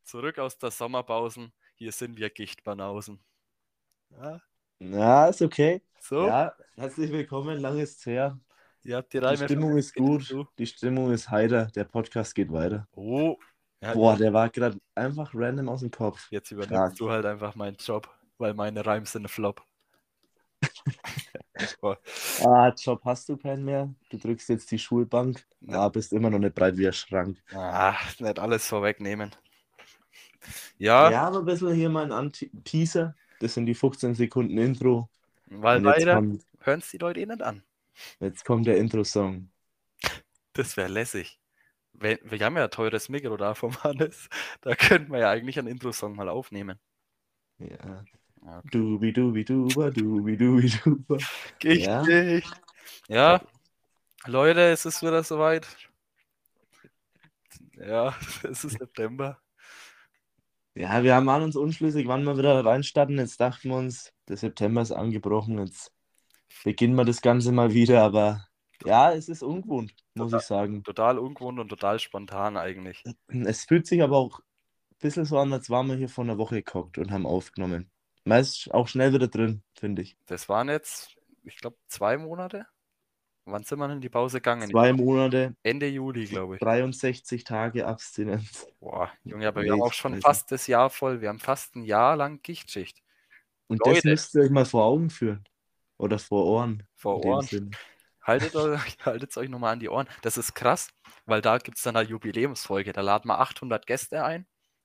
Zurück aus der Sommerpausen. Hier sind wir Gichtbanausen. Ja, Ja, ist okay. so, Ja, herzlich willkommen, lang ist's her. ihr habt die Die Reime Stimmung ist vergessen. gut, die Stimmung ist heiter, der Podcast geht weiter. Oh, ja, Boah, der war gerade einfach random aus dem Kopf. jetzt Stark. übernimmst du halt einfach meinen Job, weil meine Reims sind ein Flop. Oh. Job hast du keinen mehr. Du drückst jetzt die Schulbank. Bist immer noch nicht breit wie ein Schrank. Nicht alles vorwegnehmen. Ja, Ja, aber ein bisschen hier mal ein Teaser. Das sind die 15 Sekunden Intro. weil Und jetzt beide kommt, hören es die Leute nicht an. jetzt kommt der Intro-Song. Das wäre lässig. Wir haben ja ein teures Mikro da vom Hannes. Da könnten wir ja eigentlich einen Intro-Song mal aufnehmen. Ja. Okay. Dubi-dubi-duba. Ja. Gicht. Ja, Leute, es ist wieder soweit. Ja, es ist September. Ja, wir waren uns unschlüssig, wann wir wieder reinstarten. Jetzt dachten wir uns, der September ist angebrochen. Jetzt beginnen wir das Ganze mal wieder. Aber ja, es ist ungewohnt, muss ich sagen. Total ungewohnt und total spontan eigentlich. Es fühlt sich aber auch ein bisschen so an, als waren wir hier vor einer Woche gehockt und haben aufgenommen. Man ist auch schnell wieder drin, finde ich. Das waren jetzt, ich glaube, 2 Monate. Wann sind wir denn in die Pause gegangen? 2 Monate, Ende Juli, glaube ich. 63 Tage Abstinenz. Boah, Junge, aber wir haben auch Alter schon Schwede. fast das Jahr voll. Wir haben fast ein Jahr lang Gichtschicht. Und das Leute, müsst ihr euch mal vor Augen führen. Oder vor Ohren. vor In dem Ohren. Sinne. Haltet euch nochmal an die Ohren. Das ist krass, weil da gibt es dann eine Jubiläumsfolge. Da laden wir 800 Gäste ein.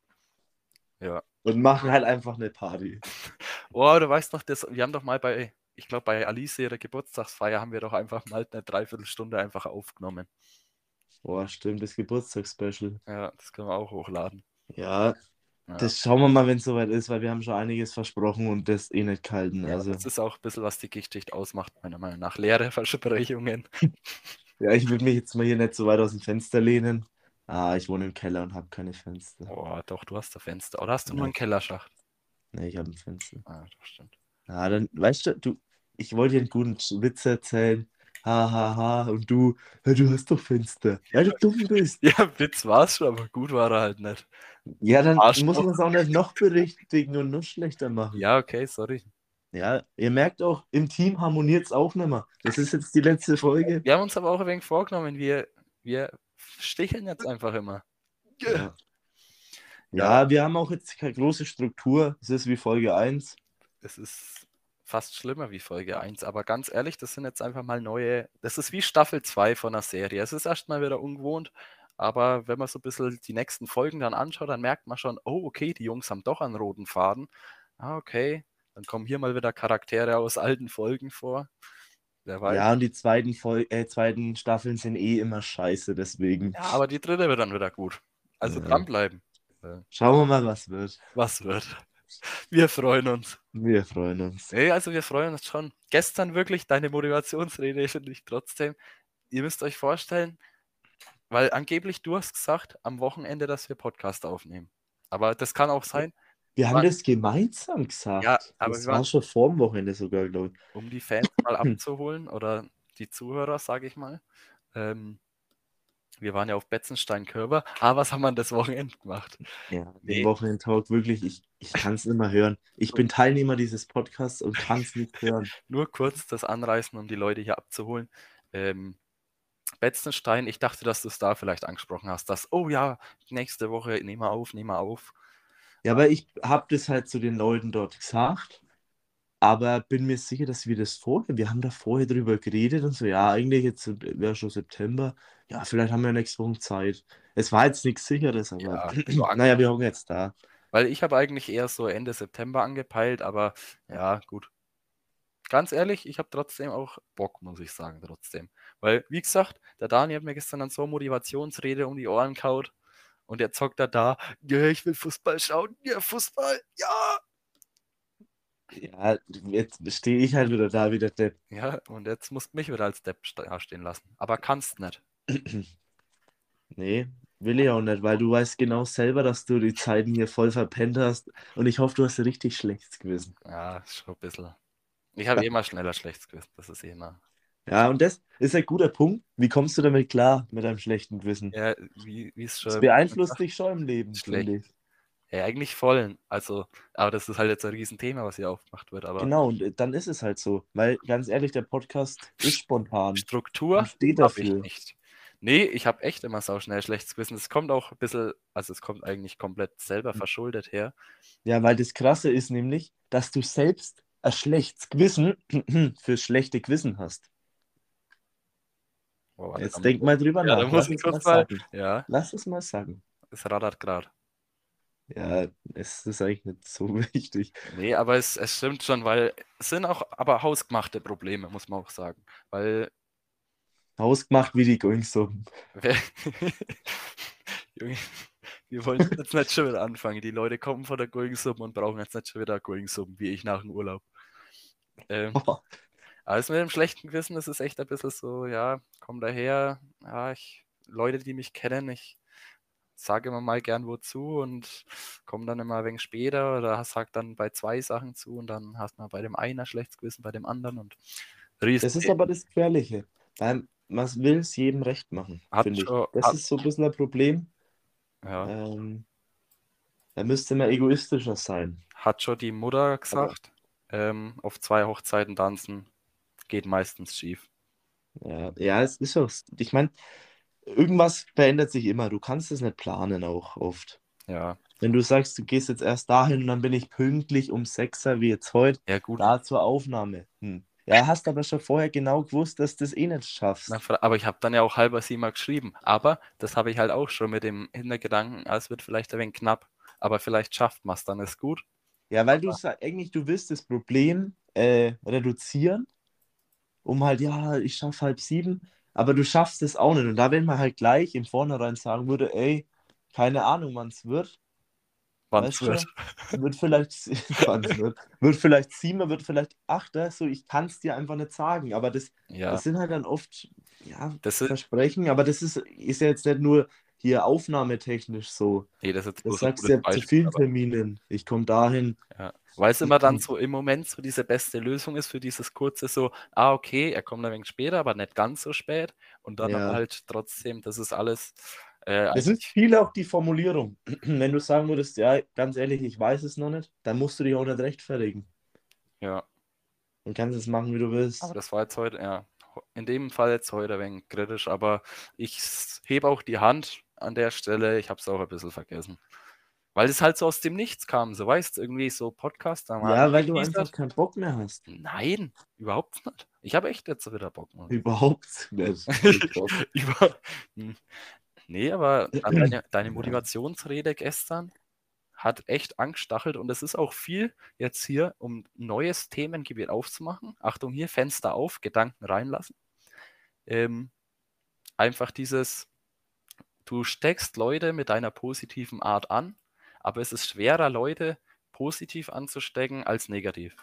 Ja. Und machen halt einfach eine Party. Oh, du weißt noch, wir haben doch mal ich glaube, bei Alice ihrer Geburtstagsfeier haben wir doch einfach mal eine Dreiviertelstunde einfach aufgenommen. Boah, stimmt, das Geburtstagsspecial. Ja, das können wir auch hochladen. Ja, Ja. das schauen wir mal, wenn es soweit ist, weil wir haben schon einiges versprochen und das eh nicht gehalten. Ja, Also, das ist auch ein bisschen, was die Gichtschicht ausmacht, meiner Meinung nach. Leere Versprechungen. ja, ich würde mich jetzt mal hier nicht so weit aus dem Fenster lehnen. Ich wohne im Keller und habe keine Fenster. Oh, doch, du hast ein Fenster. Oder hast du nur Ja, einen Kellerschacht? nee, ich habe ein Fenster. Das stimmt. Dann, weißt du, ich wollte dir einen guten Witz erzählen. Ha, ha, ha. Und du, ja, du hast doch Fenster. Weil du dumm bist. Ja, Witz war es schon, aber gut war er halt nicht. Ja, dann muss Arschloch. man es auch nicht noch berichtigen und noch schlechter machen. Ja, okay, sorry. Ja, ihr merkt auch, im Team harmoniert es auch nicht mehr. Das ist jetzt die letzte Folge. Wir haben uns aber auch ein wenig vorgenommen, wir sticheln jetzt einfach immer. Ja. Ja. Ja, wir haben auch jetzt keine große Struktur. Es ist wie Folge 1. Es ist fast schlimmer wie Folge 1, aber ganz ehrlich, das sind jetzt einfach mal das ist wie Staffel 2 von einer Serie. Es ist erstmal wieder ungewohnt, aber wenn man so ein bisschen die nächsten Folgen dann anschaut, dann merkt man schon, oh, okay, die Jungs haben doch einen roten Faden. Okay, dann kommen hier mal wieder Charaktere aus alten Folgen vor. Wer weiß. Ja, und die zweiten Staffeln sind eh immer scheiße, deswegen. Ja, aber die dritte wird dann wieder gut. Also Ja. dranbleiben. Schauen wir mal, was wird. Was wird? Wir freuen uns. Wir freuen uns. Nee, also wir freuen uns schon. Gestern wirklich deine Motivationsrede finde ich trotzdem. Ihr müsst euch vorstellen, weil angeblich du hast gesagt am Wochenende, dass wir Podcast aufnehmen. Aber das kann auch sein, Wir haben das gemeinsam gesagt. ja, aber das war schon vor dem Wochenende sogar, glaube ich. um die Fans mal abzuholen oder die Zuhörer, sage ich mal. Wir waren ja auf Betzenstein-Körber. Was haben wir an das Wochenende gemacht? Ja, Nee. den Wochenend-Talk wirklich, ich kann es nicht mehr hören. Ich bin Teilnehmer dieses Podcasts und kann es nicht hören. Nur kurz das anreißen, um die Leute hier abzuholen. Betzenstein, ich dachte, dass du es da vielleicht angesprochen hast, dass, oh ja, nächste Woche nehmen wir auf. Ja, aber ich habe das halt zu den Leuten dort gesagt, aber bin mir sicher, dass wir haben da vorher drüber geredet und so, ja, eigentlich jetzt wäre schon September, ja, vielleicht haben wir nächste Woche Zeit. Es war jetzt nichts Sicheres, aber Ja, naja, wir hocken jetzt da. weil ich habe eigentlich eher so Ende September angepeilt, aber ja, gut. Ganz ehrlich, ich habe trotzdem auch Bock, muss ich sagen, trotzdem. Weil, wie gesagt, der Dani hat mir gestern dann so eine Motivationsrede um die Ohren kaut und der zockt da, ja, ich will Fußball schauen, ja, Fußball, ja. Ja, jetzt stehe ich halt wieder da, wie der Depp. Ja, und jetzt musst du mich wieder als Depp stehen lassen. Aber kannst nicht. Nee, will ich auch nicht, weil du weißt genau selber, dass du die Zeiten hier voll verpennt hast und ich hoffe, du hast ein richtig schlechtes Gewissen. Ja, schon ein bisschen. Ich habe immer schneller schlechtes Gewissen, das ist immer. Ja, und das ist ein guter Punkt. Wie kommst du damit klar, mit einem schlechten Gewissen? Ja, wie es Das schon beeinflusst dich schon im Leben, schlecht. finde ich. Ja, eigentlich voll. Also, aber das ist halt jetzt ein Riesenthema, was hier aufgemacht wird. Aber Genau, und dann ist es halt so. Weil, ganz ehrlich, der Podcast ist spontan und Struktur steht habe ich dafür. nicht. Nee, ich habe echt immer sauschnell schlechtes Gewissen. Es kommt auch ein bisschen, also es kommt eigentlich komplett selber verschuldet her. Ja, weil das Krasse ist nämlich, dass du selbst ein schlechtes Gewissen fürs schlechte Gewissen hast. Oh, warte, Jetzt denk mal drüber ja, da nach. muss Lass ich es mal kurz mal, sagen. ja, Lass es mal sagen. es rattert gerade. Ja, es ist eigentlich nicht so wichtig. Nee, aber es stimmt schon, weil es sind auch aber hausgemachte Probleme, muss man auch sagen. Weil, Hausgemacht wie die Going-Suppen. wer- Junge, wir wollen jetzt nicht schon wieder anfangen. Die Leute kommen von der Going Sub und brauchen jetzt nicht schon wieder Going Sub, wie ich nach dem Urlaub. Ähm, aber mit dem schlechten Gewissen, das ist echt ein bisschen so, ja, komm daher, ja, Leute, die mich kennen, ich sage immer mal gern wozu und komme dann immer ein wenig später oder sag dann bei zwei Sachen zu und dann hast man bei dem einen ein schlechtes Gewissen, bei dem anderen und Das ist Riesenthema. aber das Gefährliche. Weil man will es jedem recht machen, Hat finde ich. schon, Das ist so ein bisschen ein Problem. ja, Ähm, Da müsste man egoistischer sein. hat schon die Mutter Aber gesagt, auf zwei Hochzeiten tanzen geht meistens schief. ja, ja, es ist auch. Ich meine, irgendwas verändert sich immer. Du kannst es nicht planen auch oft. Ja, Wenn du sagst, du gehst jetzt erst dahin und dann bin ich pünktlich um 6 wie jetzt heute, ja gut. da zur Aufnahme. Ja, hast aber schon vorher genau gewusst, dass du das eh nicht Na, schaffst. aber ich habe dann ja auch halber sie mal geschrieben. Aber das habe ich halt auch schon mit dem Hintergedanken, es wird vielleicht ein wenig knapp, aber vielleicht schafft man es, dann ist gut. Ja, weil du eigentlich, du willst das Problem reduzieren, um halt, ja, ich schaffe halb 7, aber du schaffst es auch nicht. Und da, wenn man halt gleich im Vornherein sagen würde, ey, keine Ahnung, wann es wird, Wann es weißt wird. du, wird vielleicht, wann es wird vielleicht 7, wird vielleicht 8, so, ich kann es dir einfach nicht sagen. Aber Ja, das sind halt dann oft, ja, das ist, Versprechen, aber ist ja jetzt nicht nur hier aufnahmetechnisch so. nee, das ist jetzt Das bloß ein sagst gutes du ja zu Beispiel, vielen aber Terminen. Ich komme dahin. ja. Weil es immer dann so im Moment so diese beste Lösung ist für dieses kurze so, okay, er kommt ein wenig später, aber nicht ganz so spät und dann aber Ja. halt trotzdem, das ist alles Es ist eigentlich, viel auch die Formulierung. Wenn du sagen würdest, ja, ganz ehrlich, ich weiß es noch nicht, dann musst du dich auch nicht rechtfertigen. ja. Und kannst es machen, wie du Aber willst. das war jetzt heute, ja, in dem Fall jetzt heute ein wenig kritisch, aber ich hebe auch die Hand an der Stelle. Ich habe es auch ein bisschen vergessen. Weil es halt so aus dem Nichts kam. So weißt du, irgendwie so Podcast, da mal Ja, weil du einfach angeteasert. keinen Bock mehr hast. Nein, überhaupt nicht. Ich habe echt jetzt wieder Bock. Mann. Überhaupt nicht. Oh Gott. Über... Hm. Nee, aber dann deine Ja. Motivationsrede gestern hat echt angestachelt und es ist auch viel jetzt hier, um ein neues Themengebiet aufzumachen. Achtung hier, Fenster auf, Gedanken reinlassen. Ähm, einfach dieses, du steckst Leute mit deiner positiven Art an, aber es ist schwerer, Leute positiv anzustecken als negativ.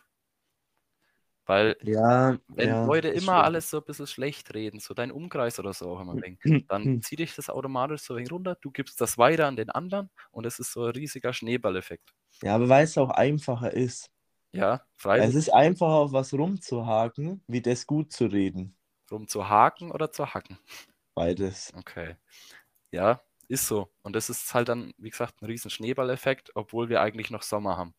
Weil Ja, wenn ja, Leute das immer stimmt. alles so ein bisschen schlecht reden, so dein Umkreis oder so auch immer denkt, dann zieht dich das automatisch so ein wenig runter, du gibst das weiter an den anderen und es ist so ein riesiger Schneeballeffekt. Ja, aber weil es auch einfacher ist. Ja, Es freilich, ist einfacher, auf was rumzuhaken, wie das gut zu reden. rum zu haken oder zu hacken. Beides. Okay. Ja, ist so. Und das ist halt dann, wie gesagt, ein riesen Schneeballeffekt, obwohl wir eigentlich noch Sommer haben.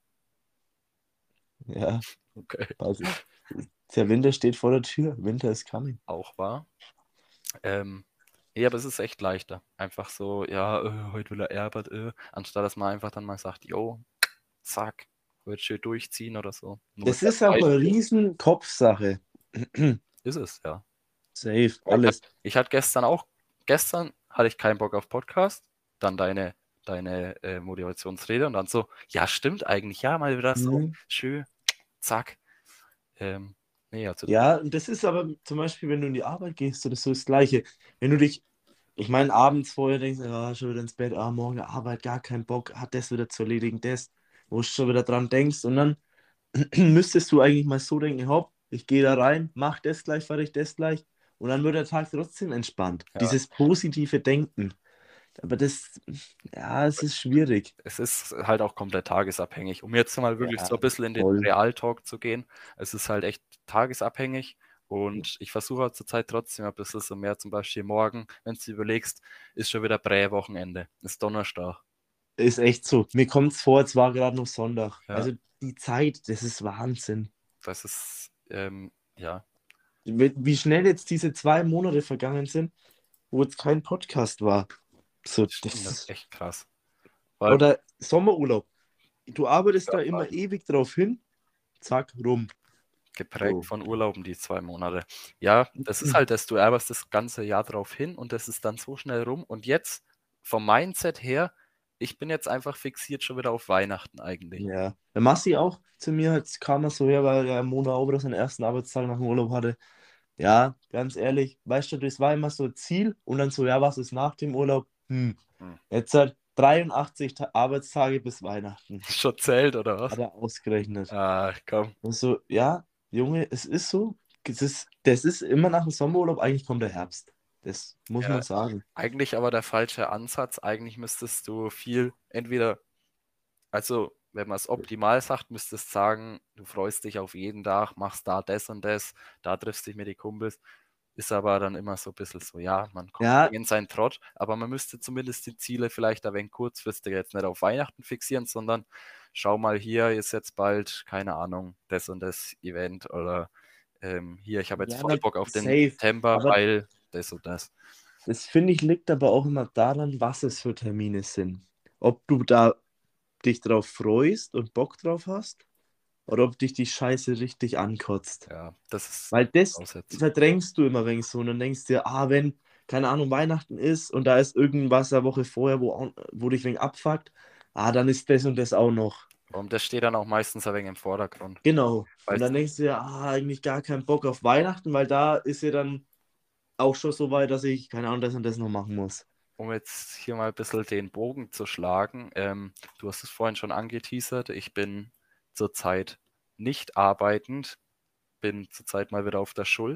Ja, Okay. also, der Winter steht vor der Tür. Winter is coming. Auch wahr. Ähm, nee, aber es ist echt leichter. Einfach so, ja, heute will er Erbert, anstatt dass man einfach dann mal sagt, jo, zack, heute schön durchziehen oder so. Nur Das als ist auch eine Beispiel. riesen Kopfsache. Ist es, ja. Safe, Aber alles. ich hatte gestern hatte ich keinen Bock auf Podcast, dann deine Motivationsrede und dann so, ja, stimmt eigentlich, ja, mal wieder so Mhm. schön, zack. Ähm, nee, also, Ja, und das ist aber zum Beispiel, wenn du in die Arbeit gehst, oder so das Gleiche. Wenn du dich, ich meine, abends vorher denkst, ah, schon wieder ins Bett, morgen Arbeit, gar keinen Bock, hat das wieder zu erledigen, das, wo du schon wieder dran denkst. Und dann müsstest du eigentlich mal so denken, hopp, ich gehe da rein, mach das gleich fertig, das gleich. Und dann wird der Tag trotzdem entspannt. ja, Dieses positive Denken. Aber das, ja, es ist schwierig. es ist halt auch komplett tagesabhängig. Um jetzt mal wirklich so Ja, ein bisschen in den voll. Realtalk zu gehen, es ist halt echt tagesabhängig und ich versuche halt zurzeit trotzdem ein bisschen so mehr, zum Beispiel morgen, wenn du überlegst, ist schon wieder Prä-Wochenende, ist Donnerstag. Ist echt so. Mir kommt es vor, es war gerade noch Sonntag. Ja, Also die Zeit, das ist Wahnsinn. das ist, ja, Wie schnell jetzt diese 2 Monate vergangen sind, wo jetzt kein Podcast war. So, stimmt, das das ist ist. echt krass. Weil, Oder Sommerurlaub. Du arbeitest ja, da immer ewig drauf hin, zack, rum. geprägt So. von Urlauben, die 2 Monate. Ja, das ist halt das, du arbeitest das ganze Jahr drauf hin und das ist dann so schnell rum. Und jetzt, vom Mindset her, ich bin jetzt einfach fixiert schon wieder auf Weihnachten eigentlich. Ja. Der Massi auch zu mir, jetzt kam er so her, weil er im Monat auch wieder seinen ersten Arbeitstag nach dem Urlaub hatte. Ja, ganz ehrlich, weißt du, das war immer so ein Ziel und dann so, ja, was ist nach dem Urlaub? Hm. Jetzt halt 83 Arbeitstage bis Weihnachten, Schon zählt oder hat was? er ausgerechnet. Ah, komm. Und so, ja, Junge, es ist so, das ist immer nach dem Sommerurlaub, eigentlich kommt der Herbst. Das muss man Ja, sagen. eigentlich aber der falsche Ansatz. Eigentlich müsstest du viel, entweder, also wenn man es optimal sagt, müsstest du sagen, du freust dich auf jeden Tag, machst da das und das, da triffst dich mit den Kumpels. Ist aber dann immer so ein bisschen so, ja, man kommt Ja, in seinen Trott, aber man müsste zumindest die Ziele vielleicht ein wenig kurzfristig jetzt nicht auf Weihnachten fixieren, sondern schau mal, hier ist jetzt bald, keine Ahnung, das und das Event oder hier, ich habe jetzt ja, voll Bock auf den safe. September, Aber weil das und das. das finde ich liegt aber auch immer daran, was es für Termine sind. Ob du da dich drauf freust und Bock drauf hast oder ob dich die Scheiße richtig ankotzt. Ja, das ist Weil das Aussetzen. verdrängst du immer wenig so und dann denkst dir, wenn, keine Ahnung, Weihnachten ist und da ist irgendwas eine Woche vorher, wo dich wegen abfuckt, dann ist das und das auch noch. Und das steht dann auch meistens ein wenig im Vordergrund. Genau. Und Weißt dann denkst du dir, eigentlich gar keinen Bock auf Weihnachten, weil da ist ja dann auch schon so weit, dass ich, keine Ahnung, das und das noch machen muss. um jetzt hier mal ein bisschen den Bogen zu schlagen, du hast es vorhin schon angeteasert, ich bin zurzeit nicht arbeitend, bin zurzeit mal wieder auf der Schule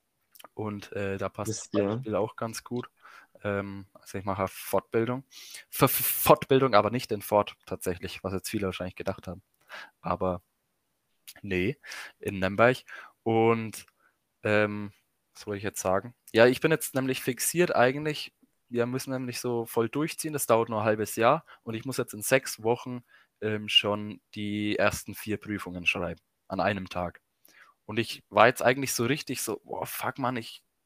und da passt das Das, ja. Beispiel auch ganz gut. Also ich mache Fortbildung. Fortbildung, aber nicht in Fort tatsächlich, was jetzt viele wahrscheinlich gedacht haben. Aber nee, in Nürnberg. Und was wollte ich jetzt sagen? Ja, ich bin jetzt nämlich fixiert eigentlich. Wir müssen nämlich so voll durchziehen. Das dauert nur ein halbes Jahr. Und ich muss jetzt in 6 Wochen schon die ersten 4 Prüfungen schreiben. An einem Tag. Und ich war jetzt eigentlich so richtig so, boah, fuck Mann,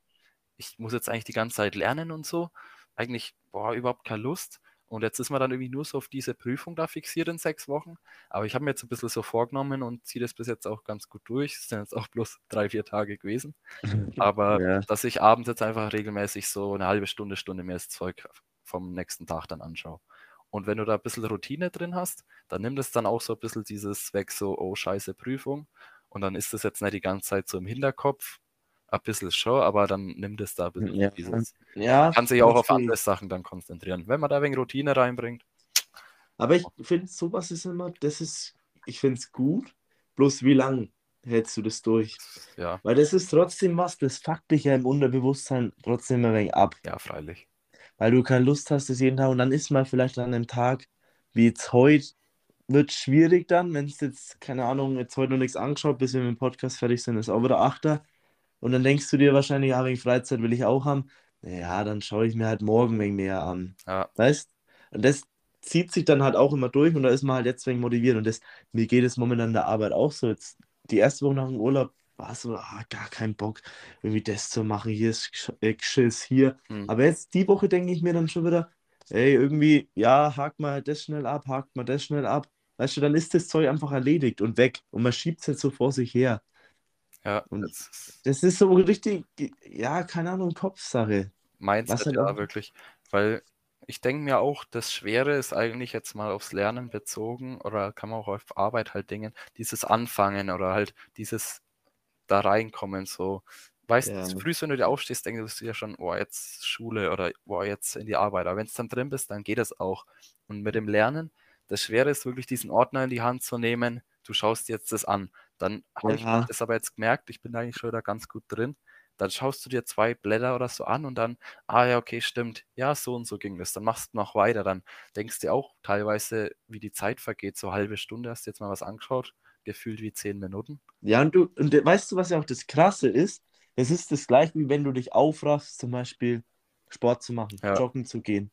ich muss jetzt eigentlich die ganze Zeit lernen und so. Eigentlich, boah, überhaupt keine Lust. Und jetzt ist man dann irgendwie nur so auf diese Prüfung da fixiert in 6 Wochen. Aber ich habe mir jetzt ein bisschen so vorgenommen und ziehe das bis jetzt auch ganz gut durch. Es sind jetzt auch bloß 3, 4 Tage gewesen. Aber Ja. dass ich abends jetzt einfach regelmäßig so eine halbe Stunde, Stunde mir das Zeug vom nächsten Tag dann anschaue. Und wenn du da ein bisschen Routine drin hast, dann nimmt es dann auch so ein bisschen dieses weg, so, oh scheiße, Prüfung. Und dann ist das jetzt nicht die ganze Zeit so im Hinterkopf, ein bisschen schon, aber dann nimmt es da ein bisschen Ja, dieses. ja, Kann sich auch auf verstehe andere ich. Sachen dann konzentrieren. Wenn man da wegen Routine reinbringt, Aber ich finde, sowas ist immer, ich finde es gut. Bloß wie lang hältst du das durch? ja, Weil das ist trotzdem was, das fuckt dich ja im Unterbewusstsein trotzdem ein wenig ab. ja, freilich. Weil du keine Lust hast, das jeden Tag und dann ist mal vielleicht an einem Tag, wie jetzt heute, wird schwierig dann, wenn es jetzt, keine Ahnung, jetzt heute noch nichts angeschaut, bis wir mit dem Podcast fertig sind, ist auch wieder Achter. Und dann denkst du dir wahrscheinlich, ja, wegen Freizeit will ich auch haben. Ja, dann schaue ich mir halt morgen wegen mehr an. Ja, Weißt? Und das zieht sich dann halt auch immer durch und da ist man halt jetzt wegen motiviert. Und mir geht es momentan in der Arbeit auch so. Jetzt, die erste Woche nach dem Urlaub war so, gar kein Bock, irgendwie das zu machen. Hier ist Geschiss, hier. hm, Aber jetzt die Woche denke ich mir dann schon wieder, ey, irgendwie, ja, hakt mal halt das schnell ab, hakt mal das schnell ab. Weißt du, dann ist das Zeug einfach erledigt und weg. Und man schiebt es jetzt so vor sich her. ja, Und das ist das ist so richtig, ja, keine Ahnung, Kopfsache. Was Mindset, halt auch. ja, wirklich. Weil ich denke mir auch, das Schwere ist eigentlich jetzt mal aufs Lernen bezogen oder kann man auch auf Arbeit halt dingen, dieses Anfangen oder halt dieses da reinkommen. So, Ja, weißt du, früh, wenn du dir aufstehst, denkst du ja schon, oh, jetzt Schule oder oh, jetzt in die Arbeit. Aber wenn es dann drin bist, dann geht es auch. Und mit dem Lernen, das Schwere ist wirklich, diesen Ordner in die Hand zu nehmen. Du schaust dir jetzt das an. Dann habe ich ja, das aber jetzt gemerkt, ich bin da eigentlich schon da ganz gut drin. Dann schaust du dir 2 Blätter oder so an und dann, ah ja, okay, stimmt, ja, so und so ging das. Dann machst du noch weiter. Dann denkst du auch teilweise, wie die Zeit vergeht. So eine halbe Stunde hast du jetzt mal was angeschaut, gefühlt wie 10 Minuten. ja, weißt du, was ja auch das Krasse ist? Es ist das gleiche, wie wenn du dich aufraffst, zum Beispiel Sport zu machen, Ja, joggen zu gehen.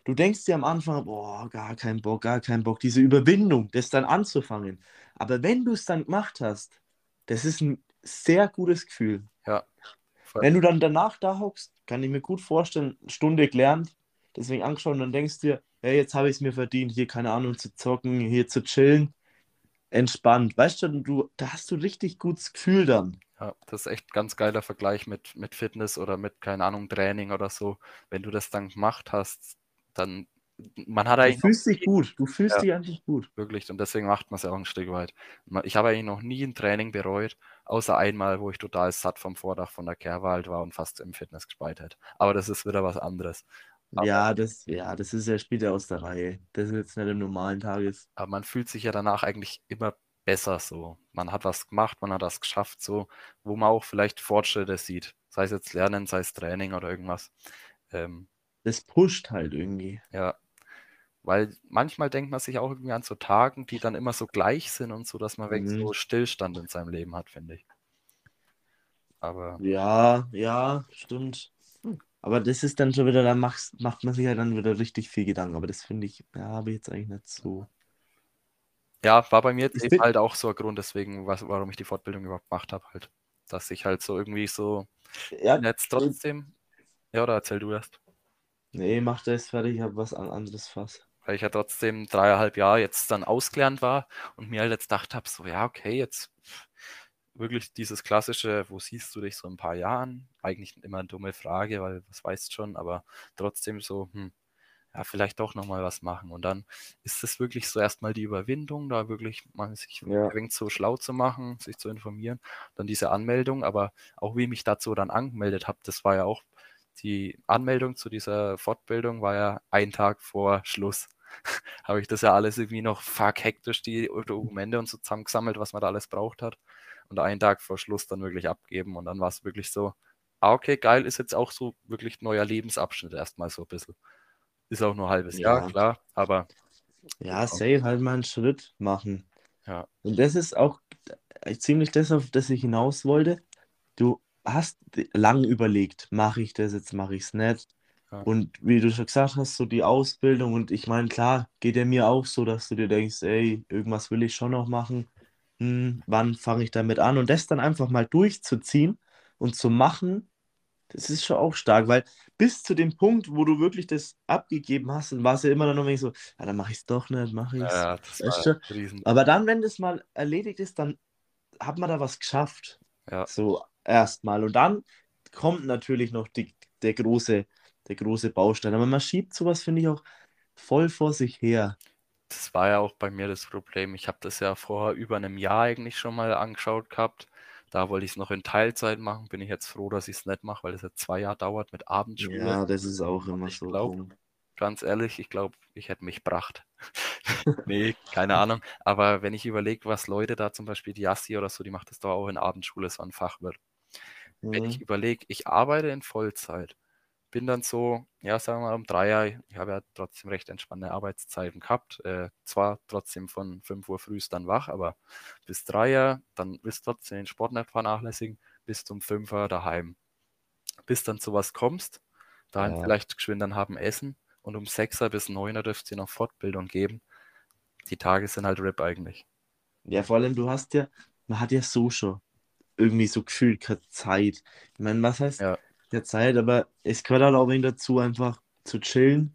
du denkst dir am Anfang, boah, gar kein Bock, diese Überwindung, das dann anzufangen. Aber wenn du es dann gemacht hast, das ist ein sehr gutes Gefühl. Ja, voll. Wenn du dann danach da hockst, kann ich mir gut vorstellen, eine Stunde gelernt, deswegen angeschaut und dann denkst du dir, hey, jetzt habe ich es mir verdient, hier keine Ahnung zu zocken, hier zu chillen, entspannt. Weißt du, da hast du richtig gutes Gefühl dann. Ja, das ist echt ein ganz geiler Vergleich mit Fitness oder mit, keine Ahnung, Training oder so. Wenn du das dann gemacht hast, dann, man hat Du eigentlich noch fühlst dich nie, gut, du fühlst ja, dich einfach gut. wirklich, und deswegen macht man es ja auch ein Stück weit. Ich habe eigentlich noch nie ein Training bereut, außer einmal, wo ich total satt vom Vordach von der Kehrwald war und fast im Fitness gespeit hätte. Aber das ist wieder was anderes. Aber, Das ist ja später aus der Reihe. Das ist jetzt nicht im normalen Tages. aber man fühlt sich ja danach eigentlich immer besser so. Man hat was gemacht, man hat was geschafft, so, wo man auch vielleicht Fortschritte sieht. Sei es jetzt Lernen, sei es Training oder irgendwas. Ähm, Das pusht halt irgendwie. ja, weil manchmal denkt man sich auch irgendwie an so Tagen, die dann immer so gleich sind und so, dass man weg Mhm. so Stillstand in seinem Leben hat, finde ich. Aber Ja, stimmt. Aber das ist dann schon wieder, macht man sich ja dann wieder richtig viel Gedanken. Aber das finde ich, ja, habe ich jetzt eigentlich nicht so. ja, war bei mir jetzt Ich eben bin, halt auch so ein Grund, deswegen, warum ich die Fortbildung überhaupt gemacht habe, halt. Dass ich halt so irgendwie so, bin ja, jetzt trotzdem, ja, oder erzähl du erst. nee, mach das fertig, ich habe was an anderes Fass. Weil ich ja trotzdem 3,5 Jahre jetzt dann ausgelernt war und mir halt jetzt gedacht habe, so, ja, okay, jetzt wirklich dieses klassische, wo siehst du dich so in ein paar Jahren? Eigentlich immer eine dumme Frage, weil das weißt schon, aber trotzdem so, ja, vielleicht doch nochmal was machen. Und dann ist es wirklich so erstmal die Überwindung, da wirklich mal sich Ja, ein wenig so schlau zu machen, sich zu informieren, dann diese Anmeldung, aber auch wie ich mich dazu dann angemeldet habe, das war ja auch, die Anmeldung zu dieser Fortbildung war ja ein Tag vor Schluss. Habe ich das ja alles irgendwie noch fuck hektisch die Dokumente und so zusammengesammelt, was man da alles braucht hat. Und einen Tag vor Schluss dann wirklich abgeben. Und dann war es wirklich so, okay, geil, ist jetzt auch so wirklich neuer Lebensabschnitt erstmal so ein bisschen. Ist auch nur ein halbes Jahr, ja, klar, aber ja, safe, halt mal einen Schritt machen. ja, Und das ist auch ziemlich das, auf das ich hinaus wollte. Du hast lang überlegt, mache ich das jetzt, mache ich es nicht. ja, Und wie du schon gesagt hast, so die Ausbildung und ich meine, klar, geht ja mir auch so, dass du dir denkst, ey, irgendwas will ich schon noch machen. Wann fange ich damit an? Und das dann einfach mal durchzuziehen und zu machen, das ist schon auch stark, weil bis zu dem Punkt, wo du wirklich das abgegeben hast, dann war es ja immer dann noch so, ja, dann mache ich es doch nicht, mache ich es. ja, das Weißt war du? ein Riesen. Aber dann, wenn das mal erledigt ist, dann hat man da was geschafft. Ja, So erstmal. Und dann kommt natürlich noch der der große Baustein. Aber man schiebt sowas, finde ich, auch voll vor sich her. das war ja auch bei mir das Problem. Ich habe das ja vor über einem Jahr eigentlich schon mal angeschaut gehabt. Da wollte ich es noch in Teilzeit machen. Bin ich jetzt froh, dass ich es nicht mache, weil es jetzt 2 Jahre dauert mit Abendschule. Ja, das ist auch Und immer ich so ein glaube, Punkt. ganz ehrlich, ich glaube, ich hätte mich gebracht. Nee, keine Ahnung. Aber wenn ich überlege, was Leute da zum Beispiel, die Yassi oder so, die macht das doch auch in Abendschule, so ein Fachwirt. Wenn ich Mhm. überlege, ich arbeite in Vollzeit, bin dann so, ja, sagen wir mal um 3 Jahre, ich habe ja trotzdem recht entspannte Arbeitszeiten gehabt, zwar trotzdem von 5 Uhr früh dann wach, aber bis 3 Jahre, dann willst du trotzdem den Sport nicht vernachlässigen, bis zum 5 Uhr daheim. Bis dann zu was kommst, daheim Ja. vielleicht geschwind dann haben Essen und um 6 Uhr bis 9 Uhr dürft ihr noch Fortbildung geben. Die Tage sind halt RIP eigentlich. Ja, vor allem, man hat ja so schon irgendwie so gefühlt keine Zeit. Ich meine, was heißt Ja, ja Zeit, aber es gehört halt auch irgendwie dazu, einfach zu chillen,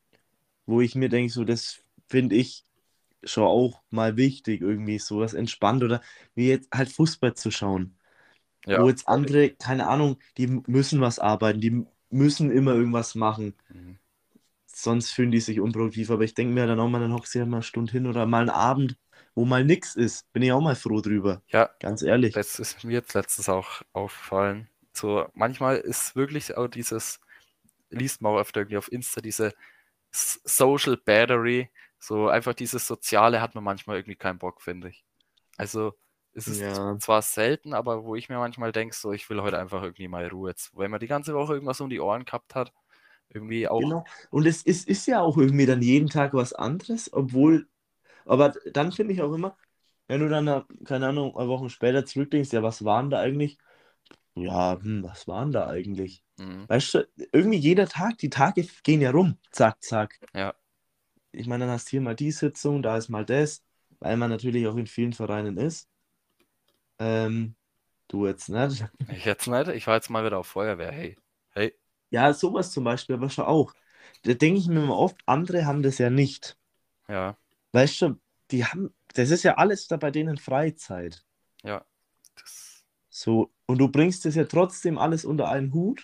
wo ich mir denke, so, das finde ich schon auch mal wichtig, irgendwie sowas entspannt oder wie jetzt halt Fußball zu schauen, ja, wo jetzt voll. andere, keine Ahnung, die müssen was arbeiten, die müssen immer irgendwas machen, Mhm. sonst fühlen die sich unproduktiv. Aber ich denke mir dann auch mal, dann hockst du ja mal eine Stunde hin oder mal einen Abend, wo mal nix ist. Bin ich auch mal froh drüber. Ja, Ganz ehrlich. das ist mir jetzt letztens auch aufgefallen. So, manchmal ist wirklich auch dieses, liest man auch öfter irgendwie auf Insta, diese Social Battery, so einfach dieses Soziale hat man manchmal irgendwie keinen Bock, finde ich. Also, es ist Ja, zwar selten, aber wo ich mir manchmal denke, so, ich will heute einfach irgendwie mal Ruhe. Jetzt, wenn man die ganze Woche irgendwas um die Ohren gehabt hat, irgendwie auch, genau. Und ist ja auch irgendwie dann jeden Tag was anderes, obwohl, aber dann finde ich auch immer, wenn du dann, keine Ahnung, eine Woche später zurückdenkst, ja, was waren da eigentlich? Ja, was waren da eigentlich? Mhm. Weißt du, irgendwie jeder Tag, die Tage gehen ja rum. Zack, zack. Ja, Ich meine, dann hast du hier mal die Sitzung, da ist mal das, weil man natürlich auch in vielen Vereinen ist. Ähm, du jetzt nicht. ich jetzt nicht. Ich war jetzt mal wieder auf Feuerwehr. Hey, hey, Ja, sowas zum Beispiel, aber schon auch. Da denke ich mir immer oft, andere haben das ja nicht. ja, Weißt du, das ist ja alles da bei denen Freizeit. ja. Das, So, und du bringst das ja trotzdem alles unter einen Hut,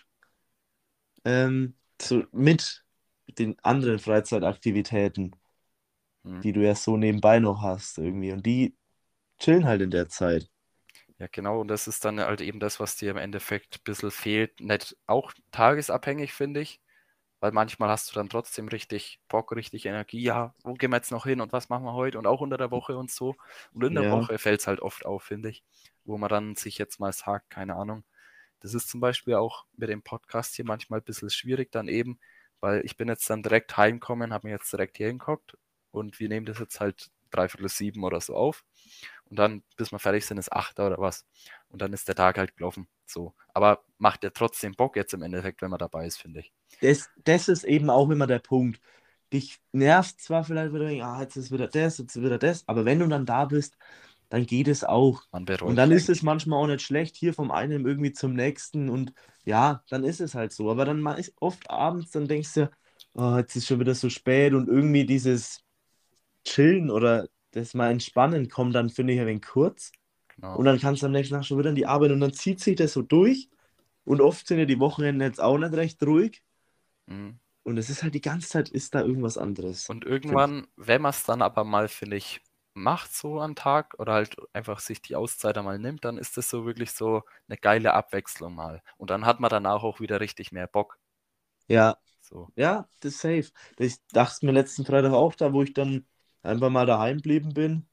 so mit den anderen Freizeitaktivitäten, hm. die du ja so nebenbei noch hast irgendwie. Und die chillen halt in der Zeit. Ja, genau. Und das ist dann halt eben das, was dir im Endeffekt ein bisschen fehlt. Nicht auch tagesabhängig, finde ich. Weil manchmal hast du dann trotzdem richtig Bock, richtig Energie. Ja, wo gehen wir jetzt noch hin und was machen wir heute? Und auch unter der Woche und so. Und in der Ja, Woche fällt es halt oft auf, finde ich. Wo man dann sich jetzt mal sagt, keine Ahnung. Das ist zum Beispiel auch mit dem Podcast hier manchmal ein bisschen schwierig dann eben, weil ich bin jetzt dann direkt heimgekommen, habe mir jetzt direkt hier hingeguckt und wir nehmen das jetzt halt 6:45 oder so auf. Und dann, bis wir fertig sind, ist 8 oder was. Und dann ist der Tag halt gelaufen. So. Aber macht ja trotzdem Bock jetzt im Endeffekt, wenn man dabei ist, finde ich. das ist eben auch immer der Punkt. Dich nervt zwar vielleicht wieder, jetzt ist wieder das, jetzt ist wieder das, aber wenn du dann da bist, dann geht es auch. Man Und bereut dann es ist es nicht. manchmal auch nicht schlecht, hier vom einen irgendwie zum nächsten und ja, dann ist es halt so. Aber dann mal ist oft abends, dann denkst du, oh, jetzt ist schon wieder so spät und irgendwie dieses Chillen oder das mal entspannen kommt dann, finde ich, ein wenig kurz. Und Genau. dann kannst du am nächsten Tag schon wieder in die Arbeit und dann zieht sich das so durch. Und oft sind ja die Wochenenden jetzt auch nicht recht ruhig. Mhm. Und es ist halt die ganze Zeit, ist da irgendwas anderes. Und Finde irgendwann, wenn man es dann aber mal, finde ich, macht so am Tag oder halt einfach sich die Auszeit einmal nimmt, dann ist das so wirklich so eine geile Abwechslung mal. Und dann hat man danach auch wieder richtig mehr Bock. ja, So, ja, das ist safe. Ich dachte es mir letzten Freitag auch da, wo ich dann einfach mal daheim geblieben bin.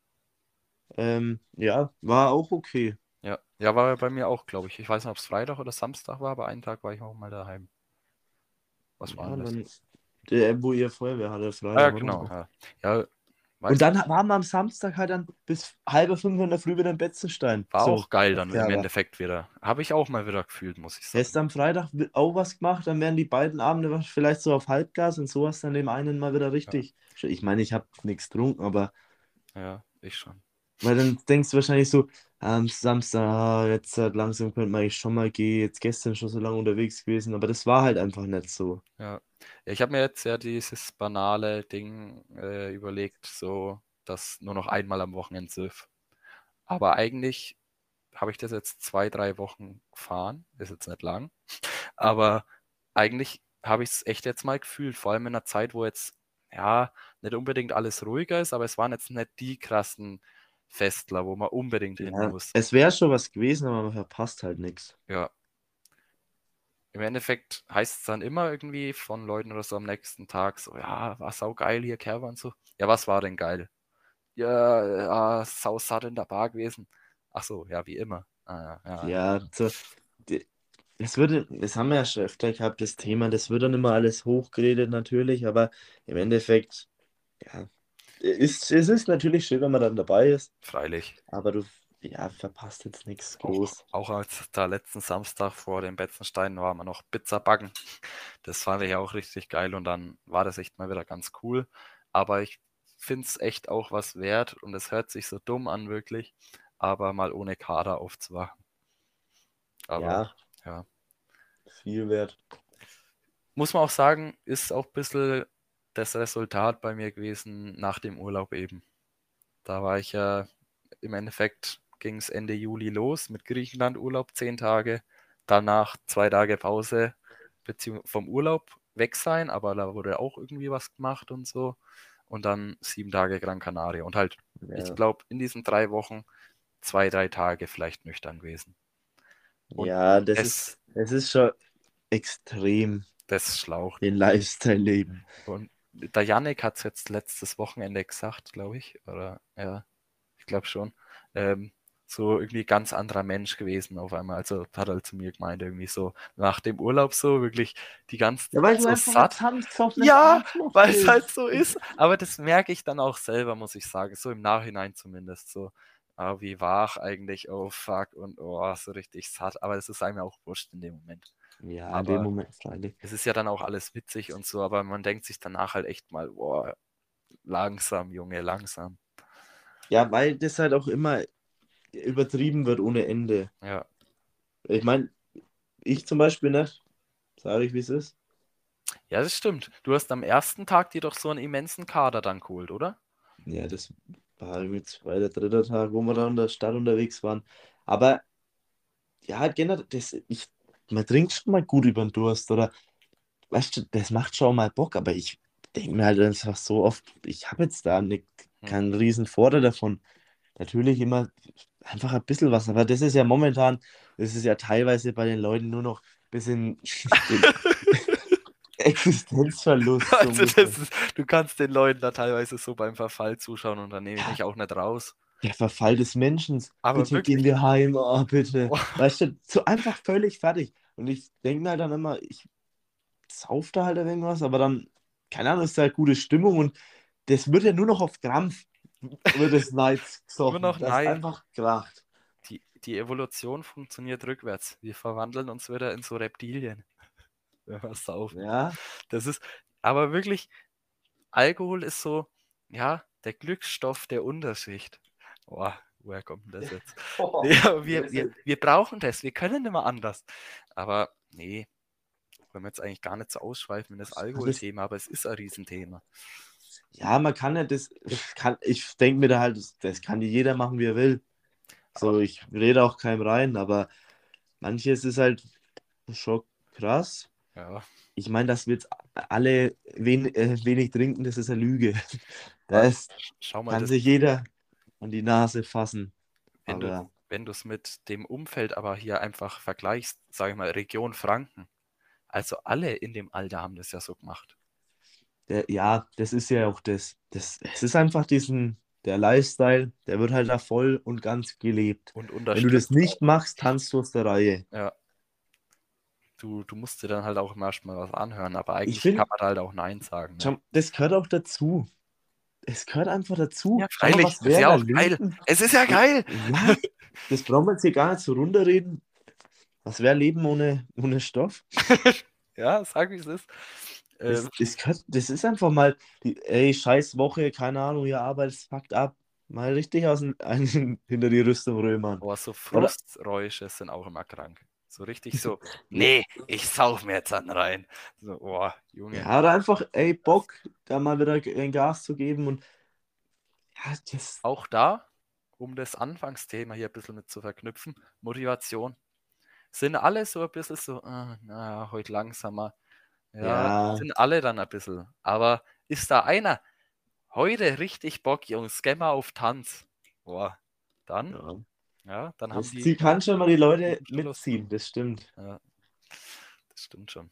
Ja, war auch okay. ja. Ja, war bei mir auch, glaube ich. Ich weiß nicht, ob es Freitag oder Samstag war, aber einen Tag war ich auch mal daheim. Was war Ja, denn und das? dann, wo ihr Feuerwehr hatte, Ah, ja, Freitag, genau, oder? ja. Ja, Und weiß dann nicht. waren wir am Samstag halt dann bis halb fünf in der Früh wieder in Betzenstein. War So, auch geil auf dann im Terra. Endeffekt wieder. Habe ich auch mal wieder gefühlt, muss ich Hättest sagen. du am Freitag auch was gemacht, dann wären die beiden Abende vielleicht so auf Halbgas und so hast du dann dem einen mal wieder Ja, richtig. Ich meine, ich habe nichts getrunken, aber ja, ich schon. weil dann denkst du wahrscheinlich so, am Samstag, jetzt langsam könnte man eigentlich schon mal gehen, jetzt gestern schon so lange unterwegs gewesen, aber das war halt einfach nicht so. Ja. Ja, ich habe mir jetzt ja dieses banale Ding überlegt, so, dass nur noch einmal am Wochenende Surf. Aber eigentlich habe ich das jetzt 2, 3 Wochen gefahren. Ist jetzt nicht lang. Aber eigentlich habe ich es echt jetzt mal gefühlt. Vor allem in einer Zeit, wo jetzt, ja, nicht unbedingt alles ruhiger ist, aber es waren jetzt nicht die krassen Festler, wo man unbedingt hin Ja, muss. es wäre schon was gewesen, aber man verpasst halt nichts. Ja. Im Endeffekt heißt es dann immer irgendwie von Leuten oder so am nächsten Tag so, ja, war sau geil hier, Kerber und so. Ja, was war denn geil? Ja, sau satt in der Bar gewesen. Ach so, ja, wie immer. Ah, ja, ja. Ja, so, das haben wir ja schon öfter gehabt, das Thema, das wird dann immer alles hochgeredet natürlich, aber im Endeffekt, ja, es ist natürlich schön, wenn man dann dabei ist, Freilich. aber du, ja, verpasst jetzt nichts Auch, groß. auch als da letzten Samstag vor dem Betzenstein war, wir noch Pizza backen. Das fand ich auch richtig geil und dann war das echt mal wieder ganz cool. Aber ich finde es echt auch was wert und es hört sich so dumm an, wirklich, aber mal ohne Kader aufzuwachen. Aber Ja, ja. viel wert. Muss man auch sagen, ist auch ein bisschen das Resultat bei mir gewesen nach dem Urlaub eben. Da war ich ja, im Endeffekt ging es Ende Juli los mit Griechenland-Urlaub, 10 Tage. Danach 2 Tage Pause, beziehungsweise vom Urlaub weg sein, aber da wurde auch irgendwie was gemacht und so. Und dann 7 Tage Gran Canaria. Und halt, ich Ja, glaube, in diesen 3 Wochen 2, 3 Tage vielleicht nüchtern gewesen. Und ja, es, es ist schon extrem, das schlaucht. den Lifestyle leben. Und der Yannick hat es jetzt letztes Wochenende gesagt, glaube ich. Oder ja, ich glaube schon. Ähm, so irgendwie ganz anderer Mensch gewesen auf einmal. Also hat er zu mir gemeint, irgendwie so nach dem Urlaub so, wirklich die ganze Ja, weil du so einfach ein satt. zusammengesoffenes Ja, Arschloch weil es halt bist. so ist. Aber das merke ich dann auch selber, muss ich sagen. So im Nachhinein zumindest so. wie wach eigentlich, oh fuck, und oh, so richtig satt. Aber es ist einem ja auch wurscht in dem Moment. Ja, in dem Aber Moment freilich. es ist ja dann auch alles witzig und so, aber man denkt sich danach halt echt mal, boah, langsam, Junge, langsam. Ja, weil das halt auch immer übertrieben wird ohne Ende. Ja. Ich meine, ich zum Beispiel nicht, sage ich, wie es ist. Ja, das stimmt. Du hast am ersten Tag dir doch so einen immensen Kader dann geholt, oder? Ja, das war irgendwie zweiter, dritter Tag, wo wir da in der Stadt unterwegs waren. Aber ja, generell, man trinkt schon mal gut über den Durst oder, weißt du, das macht schon mal Bock, aber ich denke mir halt einfach so oft, ich habe jetzt da Hm. keinen riesen Vorteil davon. Natürlich immer einfach ein bisschen was, aber das ist ja teilweise bei den Leuten nur noch ein bisschen den Existenzverlust so ein Also bisschen. du kannst den Leuten da teilweise so beim Verfall zuschauen und dann nehme ich Ja, mich auch nicht raus. der Verfall des Menschen. Aber Bitte gehen wirklich, wir heim, oh, bitte. oh, Weißt du, so einfach völlig fertig. Und ich denke mir halt dann immer, ich sauf da halt irgendwas, aber dann, keine Ahnung, ist da halt gute Stimmung und das wird ja nur noch auf Krampf, wird das Nights nur gesoffen. noch Das ist nein. einfach kracht. Die Evolution funktioniert rückwärts. Wir verwandeln uns wieder in so Reptilien, wenn wir saufen. Ja, Das ist, aber wirklich, Alkohol ist so, ja, der Glücksstoff der Unterschicht. Boah, woher kommt denn das jetzt? oh, Nee, aber wir, das wir, ist, wir brauchen das, wir können nicht mehr anders. Aber nee, wollen wir jetzt eigentlich gar nicht so ausschweifen in das das, Alkoholthema, aber es ist ein Riesenthema. ja, man kann ja ich denke mir da halt, das kann jeder machen, wie er will. Aber So, ich rede auch keinem rein, aber manches ist halt schon krass. ja, Ich meine, dass wir jetzt alle wenig trinken, das ist eine Lüge. aber Das schau mal, kann sich jeder an die Nase fassen. wenn du, Aber wenn du es mit dem Umfeld aber hier einfach vergleichst, sage ich mal, Region Franken, also alle in dem Alter haben das ja so gemacht. ja, das ist ja auch es ist einfach der Lifestyle, der wird halt da voll und ganz gelebt. Und Wenn du das unterstützt nicht auch. machst, tanzt du aus der Reihe. Ja, du musst dir dann halt auch immer erstmal was anhören, aber Ich eigentlich kann finde, man da halt auch Nein sagen, ne? das gehört auch dazu. Es gehört einfach Ja, dazu. Schau mal, freilich, was ist wäre ja da auch geil. Leben? Es ist ja geil. Ja, das brauchen wir jetzt hier gar nicht so runterreden. Was wäre Leben ohne Stoff? Ja, sag wie es ist. Das ist einfach mal, ey, scheiß Woche, keine Ahnung, ihr Arbeit fuckt ab. Mal richtig hinter die Rüstung römern. Aber so Oder? Frusträusche sind auch immer krank. So richtig so, nee, ich sauf mir jetzt an rein. So, boah, Junge. Ja, oder einfach, ey, Bock, da mal wieder ein Gas zu geben und ja, Auch da, um das Anfangsthema hier ein bisschen mit zu verknüpfen, Motivation. Sind alle so ein bisschen so, na, heute langsamer. Ja, ja, sind alle dann ein bisschen. Aber ist da einer, heute richtig Bock, Jungs, geh mal auf Tanz. Boah, dann, ja. ja, dann haben Das die Ziel kann schon mal die Leute schon Lust. mitziehen, das stimmt. Ja, das stimmt schon.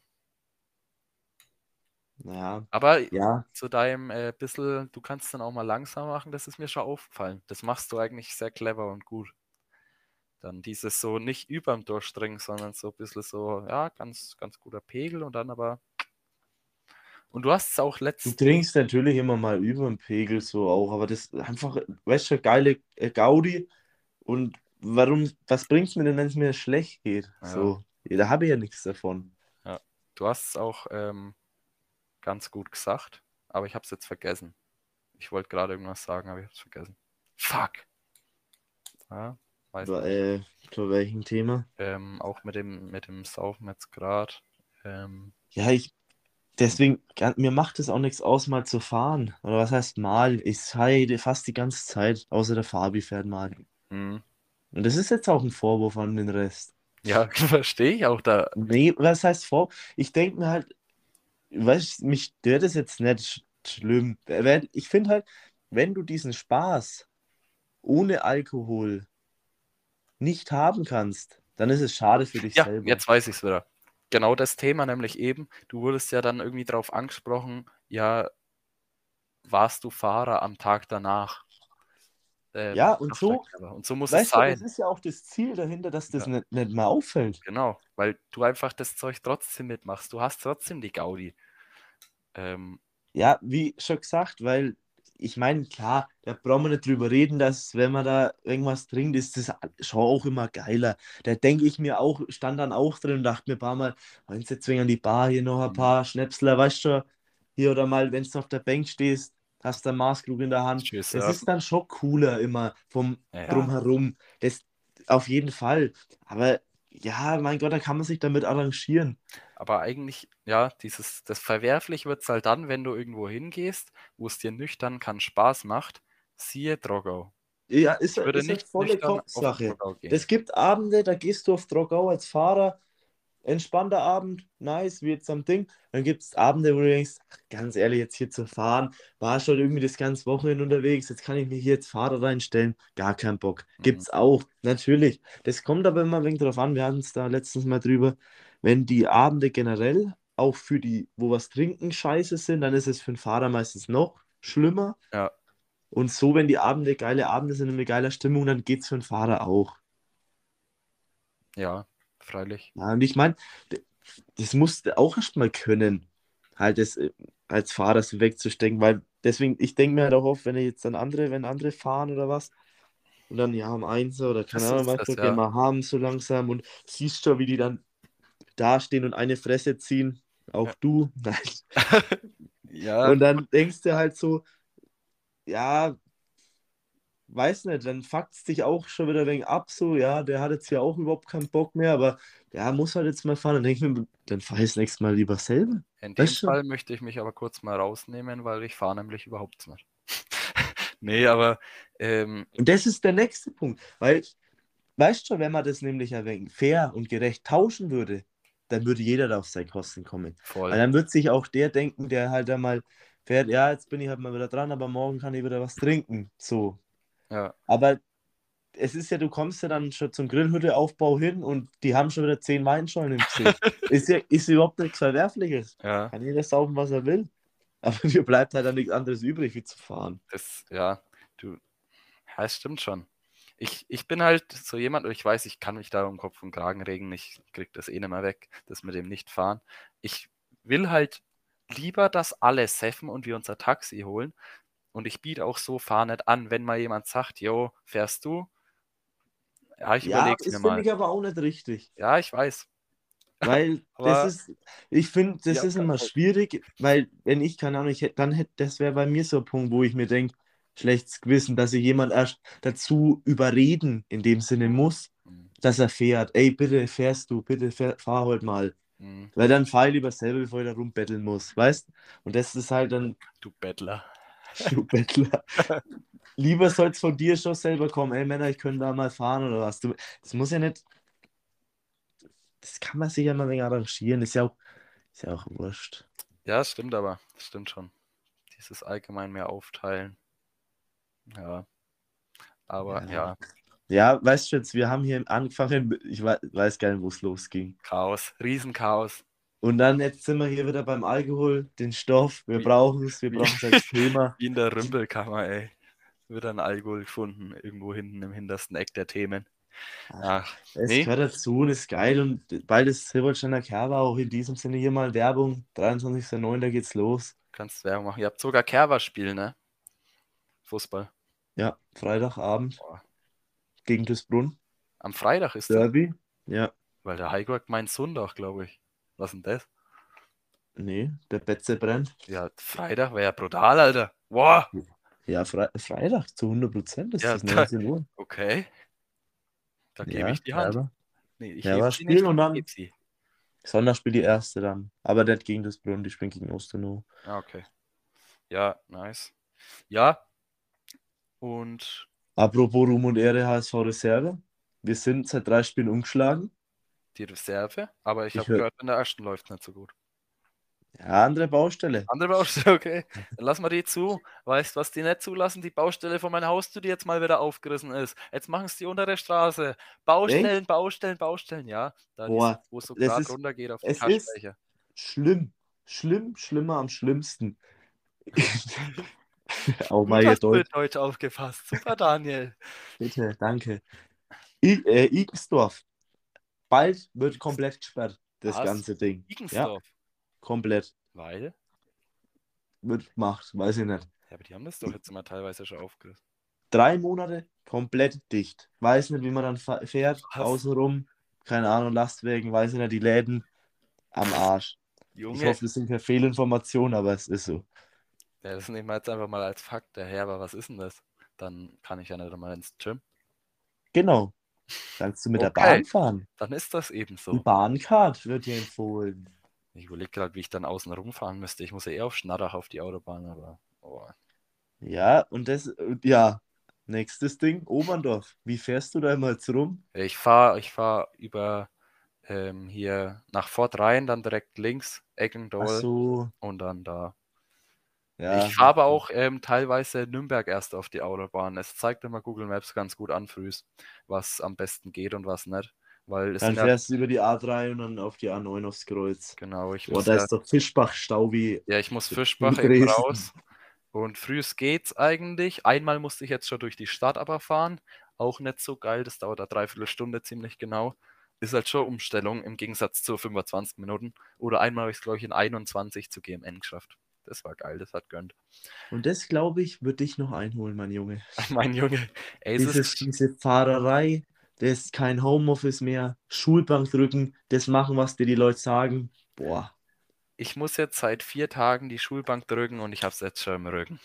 Ja, Aber ja, zu deinem bisschen, du kannst dann auch mal langsam machen, das ist mir schon aufgefallen. Das machst du eigentlich sehr clever und gut. Dann dieses so nicht überm Durchdringen, sondern so ein bisschen so, ja, ganz, ganz guter Pegel und dann aber. Und du hast es auch du letzt. trinkst natürlich immer mal über den Pegel so auch, aber das ist einfach, weißt du, geile Gaudi. Und was bringt es mir denn, wenn es mir schlecht geht? Ja, So, da habe ich ja nichts davon. ja. Du hast es auch ganz gut gesagt, aber ich habe es jetzt vergessen. Ich wollte gerade irgendwas sagen, aber ich habe es vergessen. Fuck. Ja, weiß nicht. Zu welchem Thema? Auch mit dem Saufen jetzt gerade. Ähm, Ja, deswegen, mir macht es auch nichts aus, mal zu fahren. Oder was heißt mal? Ich fahre fast die ganze Zeit, außer der Fabi fährt mal. hm. Und das ist jetzt auch ein Vorwurf an den Rest. Ja, verstehe ich auch da. Nee, was heißt vor? Ich denke mir halt, weißt, mich stört es jetzt nicht schlimm. Ich finde halt, wenn du diesen Spaß ohne Alkohol nicht haben kannst, dann ist es schade für dich Ja, selber. jetzt weiß ich es wieder. Genau das Thema, nämlich eben, du wurdest ja dann irgendwie darauf angesprochen, ja, warst du Fahrer am Tag danach? Ja, und so, Kraftwerk, und so muss es weißt du, das sein. ist ja auch das Ziel dahinter, dass das Ja, nicht mehr auffällt. genau, weil du einfach das Zeug trotzdem mitmachst. Du hast trotzdem die Gaudi. Ähm, Ja, wie schon gesagt, weil ich meine, klar, da brauchen wir nicht drüber reden, dass wenn man da irgendwas trinkt, ist das schon auch immer geiler. Da denke ich mir auch, stand dann auch drin und dachte mir ein paar Mal, meinst du jetzt wegen an die Bar hier noch ein Mhm. paar Schnäpsler, weißt du, hier oder mal, wenn du auf der Bank stehst, hast du einen Maßkrug in der Hand. Schön Das ist surfen. dann schon cooler immer vom Ja, ja. Drumherum. Das auf jeden Fall. Aber ja, mein Gott, da kann man sich damit arrangieren. Aber eigentlich, ja, das verwerflich wird es halt dann, wenn du irgendwo hingehst, wo es dir nüchtern keinen Spaß macht. Siehe Drogau. Ja, Ich würde ist eine nicht volle nüchtern auf Kopfsache. Drogau gehen. Es gibt Abende, da gehst du auf Drogau als Fahrer, entspannter Abend, nice, wie jetzt am Ding. Dann gibt es Abende, wo du denkst, ach, ganz ehrlich, jetzt hier zu fahren, war schon irgendwie das ganze Wochenende unterwegs, jetzt kann ich mir hier jetzt Fahrer reinstellen, gar keinen Bock. Mhm. Gibt's auch, natürlich. Das kommt aber immer ein wenig drauf an, wir hatten es da letztens mal drüber, wenn die Abende generell auch für die, wo was trinken, scheiße sind, dann ist es für den Fahrer meistens noch schlimmer. Ja, Und so, wenn die Abende geile Abende sind und mit geiler Stimmung, dann geht's für den Fahrer auch. ja, freilich. Ja, und ich meine, das musst du auch erstmal können, halt das als Fahrer so wegzustecken, weil deswegen, ich denke mir halt auch oft, wenn jetzt dann andere, wenn andere fahren oder was, und dann ja um eins oder keine Das Ahnung ist was, das, so gehen ja. wir haben so langsam und siehst schon, wie die dann dastehen und eine Fresse ziehen, auch Ja. du. Nein. Ja, Und dann denkst du halt so, ja, weiß nicht, dann fuckt es dich auch schon wieder ein wenig ab, so, ja, der hat jetzt ja auch überhaupt keinen Bock mehr, aber der muss halt jetzt mal fahren. Dann denke ich mir, dann fahr ich das nächste Mal lieber selber. in dem Weißt du? Fall möchte ich mich aber kurz mal rausnehmen, weil ich fahre nämlich überhaupt nicht. Nee, aber Und das ist der nächste Punkt, weil, weißt du, wenn man das nämlich ein wenig fair und gerecht tauschen würde, dann würde jeder da auf seine Kosten kommen. Weil voll. dann wird sich auch der denken, der halt einmal fährt, ja, jetzt bin ich halt mal wieder dran, aber morgen kann ich wieder was trinken. So. Ja, Aber es ist ja, du kommst ja dann schon zum Grillhütteaufbau hin und die haben schon wieder 10 Weinschollen im Gesicht. Ist ja überhaupt nichts Verwerfliches. ja, Kann jeder saufen, was er will. Aber mir bleibt halt dann nichts anderes übrig, wie zu fahren. ja, du, ja, es stimmt schon. Ich bin halt so jemand, und ich weiß, ich kann mich da um Kopf und Kragen regen, ich krieg das eh nicht mehr weg, das mit dem Nichtfahren. Ich will halt lieber, dass alle seffen und wir unser Taxi holen. Und ich biete auch so Fahr nicht an, wenn mal jemand sagt, jo, fährst du? Ja, ich Ja, überleg's mir ist, finde mal. ich aber auch nicht richtig. Ja, ich weiß. Weil das Aber ist, ich finde, die das ist Aufgabe immer halt. schwierig, weil wenn ich, keine Ahnung, ich hätte, dann hätte, das wäre bei mir so ein Punkt, wo ich mir denke, schlechtes Gewissen, dass ich jemand erst dazu überreden, in dem Sinne muss, Hm, dass er fährt. Ey, bitte fährst du, bitte fahr heute mal. hm, Weil dann fahr ich lieber selber, bevor ich da rumbetteln muss, weißt? Und das ist halt dann, du Bettler. du Bettler. Lieber soll es von dir schon selber kommen, ey Männer, ich könnte da mal fahren oder was. Du, das muss ja nicht, das kann man sich ja mal ein wenig arrangieren, ist ja auch wurscht. Ja, das stimmt aber. Das stimmt schon. Dieses allgemein mehr aufteilen. Ja, aber Ja. ja, Ja, weißt du jetzt, wir haben hier angefangen, ich weiß gar nicht, wo es losging. Chaos. Riesenchaos. Und dann jetzt sind wir hier wieder beim Alkohol, den Stoff, Wie, wir wie, brauchen es als Thema. wie in der Rümpelkammer, ey. Wird ein Alkohol gefunden, irgendwo hinten im hintersten Eck der Themen. Ach, Ach, es nee, gehört dazu und ist geil und bald ist Silbersteiner Kerber auch in diesem Sinne hier mal Werbung. 23.09. geht's los. kannst Werbung machen. Ihr habt sogar Kerber-Spiel, ne? Fußball. Ja, Freitagabend Boah. gegen Düsbrunn. Am Freitag ist das? Derby? Ja, Weil der Heiko hat meint Sonntag, glaube ich. Was denn das? nee, der Betze brennt. Ja, Freitag wäre ja brutal, Alter. Boah. Ja, Freitag zu 100% ist Ja, das 19 Uhr. okay. Da gebe Ja, ich die Hand. Kerber. Nee, ich hebe Kerber sie spielen nicht, und ich dann gebe sie. Sonntag spielt die erste dann. Aber nicht gegen Düsbrunn, die spielen gegen Osterno. Ah, okay. Ja, nice. Ja, und Apropos Ruhm und Ehre HSV Reserve. Wir sind seit 3 Spielen umgeschlagen. die Reserve. Aber ich Ich habe höre, gehört, in der ersten läuft nicht so gut. ja, andere Baustelle. Andere Baustelle, okay. Dann lassen wir die zu. Weißt, was die nicht zulassen? Die Baustelle vor meiner Haustür, die jetzt mal wieder aufgerissen ist. Jetzt machen es die untere Straße. Baustellen, Echt? Baustellen, Baustellen, ja. Da die, Boah, wo es so das gerade ist, runtergeht auf die es ist Kaschfläche. schlimm. Schlimmer am schlimmsten. Auch mal Gut hier hast du Deutsch. mit Deutsch aufgefasst. Super, Daniel. Bitte, danke. Igensdorf. Bald wird komplett gesperrt, das Was? ganze Ding. Ja, Igensdorf. komplett. Weil? Wird gemacht, weiß ich nicht. Ja, aber die haben das doch jetzt immer teilweise schon aufgerissen. 3 Monate komplett dicht. Weiß nicht, wie man dann fährt, Was? außenrum. Keine Ahnung, Lastwagen, weiß nicht, die Läden am Arsch. Ich Junge, hoffe, das sind keine Fehlinformationen, aber es ist so. ja, das nehmen wir jetzt einfach mal als Fakt daher, aber was ist denn das? Dann kann ich ja nicht mal ins Gym. Genau. Kannst du mit der Okay, Bahn fahren? dann ist das eben Die so. Bahncard wird dir empfohlen. Ich überlege gerade, wie ich dann außen rumfahren müsste. Ich muss ja eher auf Schnarrach auf die Autobahn, aber oh. Ja, ja, nächstes Ding, Oberndorf. Wie fährst du da immer jetzt rum? Ich fahr über hier nach Fort Rhein, dann direkt links, Ach Eggendol so, und dann da. Ich ja. fahre aber auch teilweise Nürnberg erst auf die Autobahn. Es zeigt immer Google Maps ganz gut an frühs, was am besten geht und was nicht. Weil es Dann sind ja, fährst du über die A3 und dann auf die A9 aufs Kreuz. genau, ich Boah, muss da ja, ist doch Fischbach-Stau ja, ich muss wie Fischbach eben Dresden. raus. Und frühs geht's eigentlich. Einmal musste ich jetzt schon durch die Stadt aber fahren. Auch nicht so geil. Das dauert da 3/4 Stunde ziemlich genau. Ist halt schon Umstellung im Gegensatz zu 25 Minuten. Oder einmal habe ich es, glaube ich, in 21 zu GMN geschafft. Das war geil, das hat gönnt. Und das, glaube ich, würde dich noch einholen, mein Junge. Mein Junge, ey, Diese Fahrerei, das ist kein Homeoffice mehr, Schulbank drücken, das machen, was dir die Leute sagen. Boah, ich muss jetzt seit 4 Tagen die Schulbank drücken und ich habe es jetzt schon im Rücken.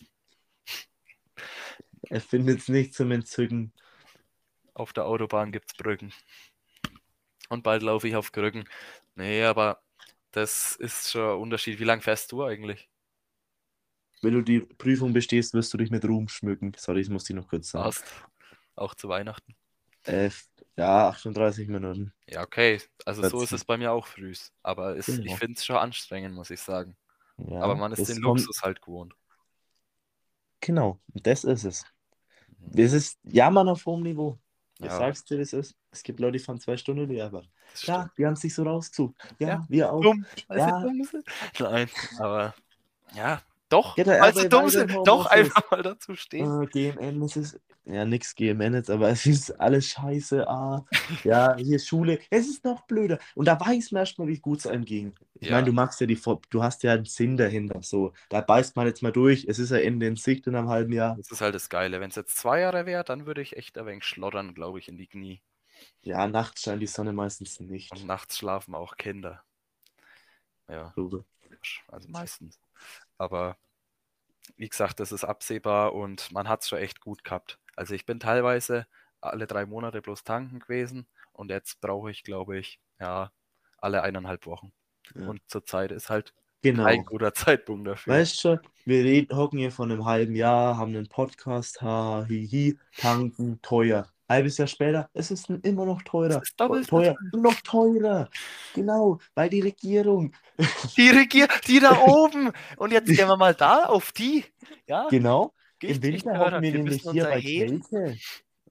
er findet es nicht zum Entzücken. Auf der Autobahn gibt's Brücken. Und bald laufe ich auf Krücken. Nee, aber das ist schon ein Unterschied. Wie lange fährst du eigentlich? Wenn du die Prüfung bestehst, wirst du dich mit Ruhm schmücken. Sorry, das musste ich noch kurz sagen. Passt. Auch zu Weihnachten. Äh, ja, 38 Minuten. Ja, okay. Also so ist es 40. bei mir auch früh. Aber ich Genau. finde es schon anstrengend, muss ich sagen. Aber Ja, man ist den das kommt, Luxus halt gewohnt. genau, das ist es. Mhm. Das ist Jammern auf hohem Niveau. Ich Ja, sag's dir, das ist. Es gibt Leute, die fahren 2 Stunden die Arbeit. das Ja, stimmt. die haben sich so rausgesucht. Ja, Ja, wir auch. dumm. Weil sie Ja, dumm sind. Nein, aber ja, doch, geht der weil sie Arbeit dumm weiter sind. im Doch Homeoffice. einfach mal dazu stehen. GMN, es ist, ja, nix GMN jetzt, aber es ist alles scheiße. Ja, hier ist Schule. Es ist noch blöder. Und da weiß man erstmal, wie gut es einem ging. Ich meine, Ja, du hast ja einen Sinn dahinter. So, da beißt man jetzt mal durch. Es ist ja Ende in Sicht in einem halben Jahr. das ist halt das Geile. Wenn es jetzt 2 Jahre wäre, dann würde ich echt ein wenig schlottern, glaube ich, in die Knie. Ja, nachts scheint die Sonne meistens Und nicht. nachts schlafen auch Kinder. Ja, So. also meistens. Aber wie gesagt, das ist absehbar und man hat es schon echt gut gehabt. Also ich bin teilweise alle 3 Monate bloß tanken gewesen und jetzt brauche ich, glaube ich, ja, alle 1,5 Wochen. Ja. Und zurzeit ist halt kein Genau. guter Zeitpunkt dafür. Weißt du, wir hocken hier von einem halben Jahr, haben einen Podcast, ha, hi, hi, tanken, teuer. Halbes Jahr später, es ist immer noch Es teurer. ist doppelt so Teuer, teuer. noch teurer. Genau, weil die Regierung. Die da oben. Und jetzt gehen wir mal da auf die. Ja, Genau, im richtig Winter hocken gehört. wir Wir müssen nämlich hier unser bei Hähn. Kälte.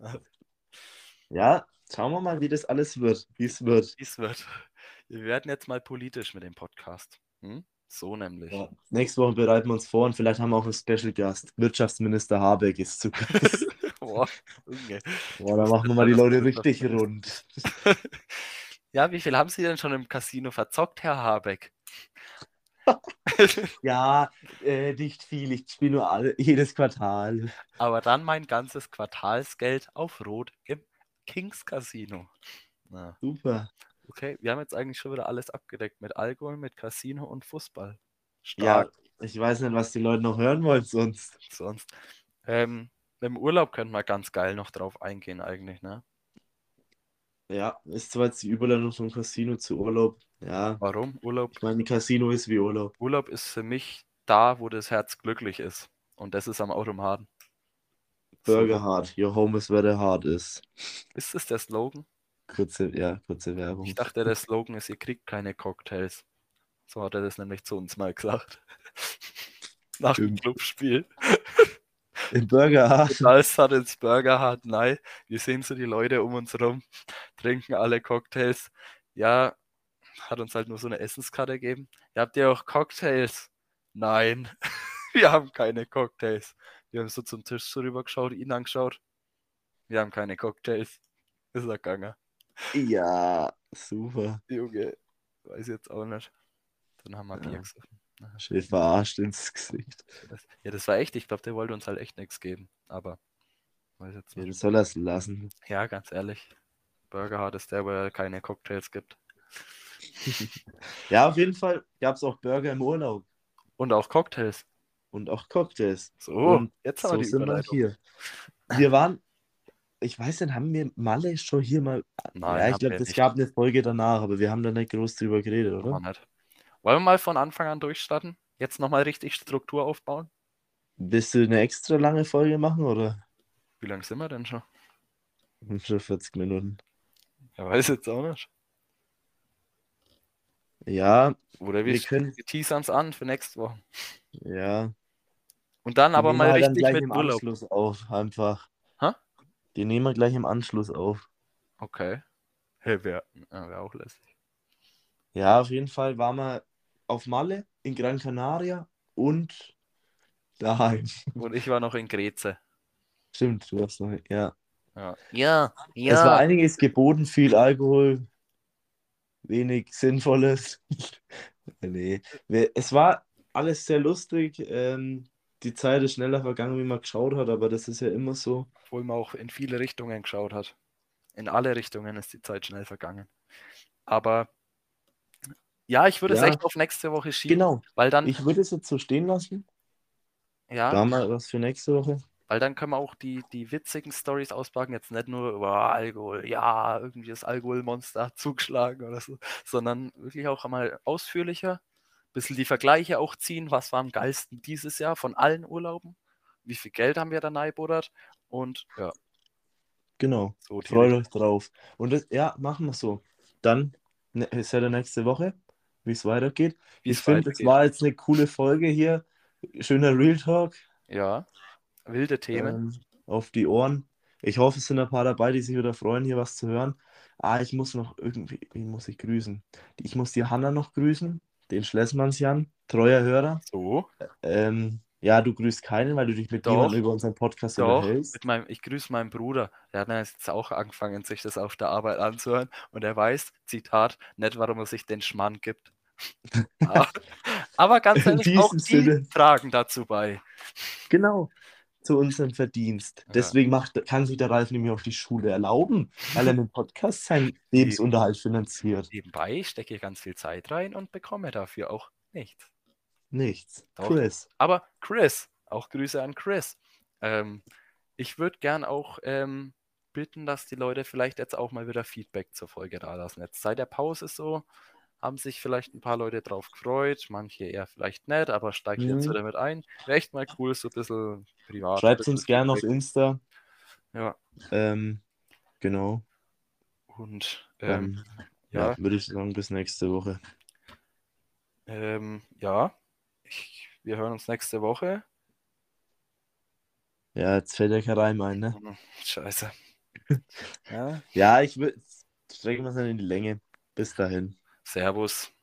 Ja, schauen wir mal, wie das alles wird, wie es wird. Wie es wird. Wir werden jetzt mal politisch mit dem Podcast. Hm? So nämlich. Ja. Nächste Woche bereiten wir uns vor und vielleicht haben wir auch einen Special Gast. Wirtschaftsminister Habeck ist zu Gast. Boah, Junge. Ich Boah, da wusste machen wir nicht mal mal, die dass der Leute richtig Wirtschaftsminister rund. ist. Ja, wie viel haben Sie denn schon im Casino verzockt, Herr Habeck? Ja, nicht viel. Ich spiele nur jedes Quartal. Aber dann mein ganzes Quartalsgeld auf Rot im Kings Casino. Na, Super. okay, wir haben jetzt eigentlich schon wieder alles abgedeckt mit Alkohol, mit Casino und Fußball. Ja, Stark. ich weiß nicht, was die Leute noch hören wollen sonst. Sonst. Ähm, Im Urlaub könnten wir ganz geil noch drauf eingehen, eigentlich, ne? Ja, ist zwar jetzt die Überleitung vom Casino zu Urlaub. Ja, Warum? Urlaub? ich meine, Casino ist wie Urlaub. Urlaub ist für mich da, wo das Herz glücklich ist. Und das ist am Automaten. Burger So. hard. Your home is where the heart is. Ist es der Slogan? Kurze Ich Werbung. dachte, der Slogan ist, ihr kriegt keine Cocktails. So hat er das nämlich zu uns mal gesagt. Nach dem Im, Clubspiel. im Burger hard. Als hat ins Burger Hut, nein. Wir sehen so die Leute um uns rum, trinken alle Cocktails. Ja, hat uns halt nur so eine Essenskarte gegeben. Ja, habt ihr auch Cocktails? Nein, wir haben keine Cocktails. Wir haben so zum Tisch so rüber geschaut, ihn angeschaut. Wir haben keine Cocktails. Ist er gegangen. Ja, super. Junge, weiß jetzt auch nicht. Dann haben wir Bier Ja. gesoffen. Schön verarscht ins Gesicht. Ja, das war echt. Ich glaube, der wollte uns halt echt nichts geben. Aber, weiß jetzt Ja, nicht. das soll er lassen. Ja, ganz ehrlich. Burger Hut ist der, wo er keine Cocktails gibt. Ja, auf jeden Fall gab es auch Burger im Urlaub Und auch Cocktails. und auch Cocktails. So, Und jetzt haben wir so die sind wir Überleitung. hier. Wir waren, ich weiß nicht, haben wir Malle schon hier mal. Nein, Ja, ich haben glaube, wir das nicht. gab eine Folge danach, aber wir haben da nicht groß drüber geredet, Haben wir oder? nicht. Wollen wir mal von Anfang an durchstarten? Jetzt nochmal richtig Struktur aufbauen? Willst du eine extra lange Folge machen oder? Wie lange sind wir denn schon? Schon 40 Minuten. Ja, weiß jetzt auch nicht. Ja, Oder wir können, wir teasern es an für nächste Woche. ja, Und dann die aber nehmen wir mal halt dann richtig gleich mit im Urlaub. Anschluss auf, einfach. Ha? Die nehmen wir gleich im Anschluss auf. Okay. Hey, wär auch lässig. Ja, auf jeden Fall waren wir auf Malle, in Gran Canaria und daheim. Und ich war noch in Greze. Stimmt, du hast noch, ja. Ja. Ja, Es war ja. einiges geboten, viel Alkohol, wenig Sinnvolles. Nee, es war alles sehr lustig. Die Zeit ist schneller vergangen, wie man geschaut hat, aber das ist ja immer so. Obwohl man auch in viele Richtungen geschaut hat. In alle Richtungen ist die Zeit schnell vergangen. Aber ja, ich würde es Ja, echt auf nächste Woche schieben, genau. weil dann, Ich würde es jetzt so stehen lassen. Da ja, haben wir was für nächste Woche. weil dann können wir auch die witzigen Stories auspacken, jetzt nicht nur über Alkohol, ja, irgendwie das Alkoholmonster hat zugeschlagen oder so, sondern wirklich auch einmal ausführlicher, ein bisschen die Vergleiche auch ziehen, was war am geilsten dieses Jahr von allen Urlauben, wie viel Geld haben wir da reingebuttert und ja, Genau. so die Freut Richtung. euch drauf. Und das, ja, machen wir so. Dann ist ja der nächste Woche, wie es weitergeht. Wie Ich es finde, es weitergeht. war jetzt eine coole Folge hier. Schöner Real Talk. Ja, wilde Themen. Auf die Ohren. Ich hoffe, es sind ein paar dabei, die sich wieder freuen, hier was zu hören. Ah, ich muss noch irgendwie, wen muss ich grüßen? Ich muss die Hanna noch grüßen, den Schlesmannsjan, treuer Hörer. So, Ja, du grüßt keinen, weil du dich mit niemandem doch. über unseren Podcast Doch, unterhältst. ich grüße meinen Bruder. Der hat jetzt auch angefangen, sich das auf der Arbeit anzuhören. Und er weiß, Zitat, nicht, warum er sich den Schmarrn gibt. Aber, aber ganz In ehrlich, auch diesem die Sinne, tragen dazu bei. genau, zu unserem Verdienst. Ja, Deswegen kann sich der Ralf nämlich auch die Schule erlauben, weil er mit dem Podcast seinen die, Lebensunterhalt finanziert. nebenbei stecke ich ganz viel Zeit rein und bekomme dafür auch nichts. Nichts. Doch. Chris. Aber Chris, auch Grüße an Chris. Ähm, ich würde gern auch bitten, dass die Leute vielleicht jetzt auch mal wieder Feedback zur Folge da lassen. Jetzt seit der Pause so, haben sich vielleicht ein paar Leute drauf gefreut, manche eher vielleicht nicht, aber steigt jetzt Hm. wieder mit ein. Wäre echt mal cool, so ein bisschen privat, ein Schreibt bisschen uns gerne auf Feedback. Insta. Ja, Ähm, genau. und Dann, ja, ja, würde ich sagen, bis nächste Woche. ja, wir hören uns nächste Woche. Ja, jetzt fällt ja kein Reim ein, ne? Scheiße. Ja, Ja, ich würde. Strecken wir es dann in die Länge. Bis dahin. Servus.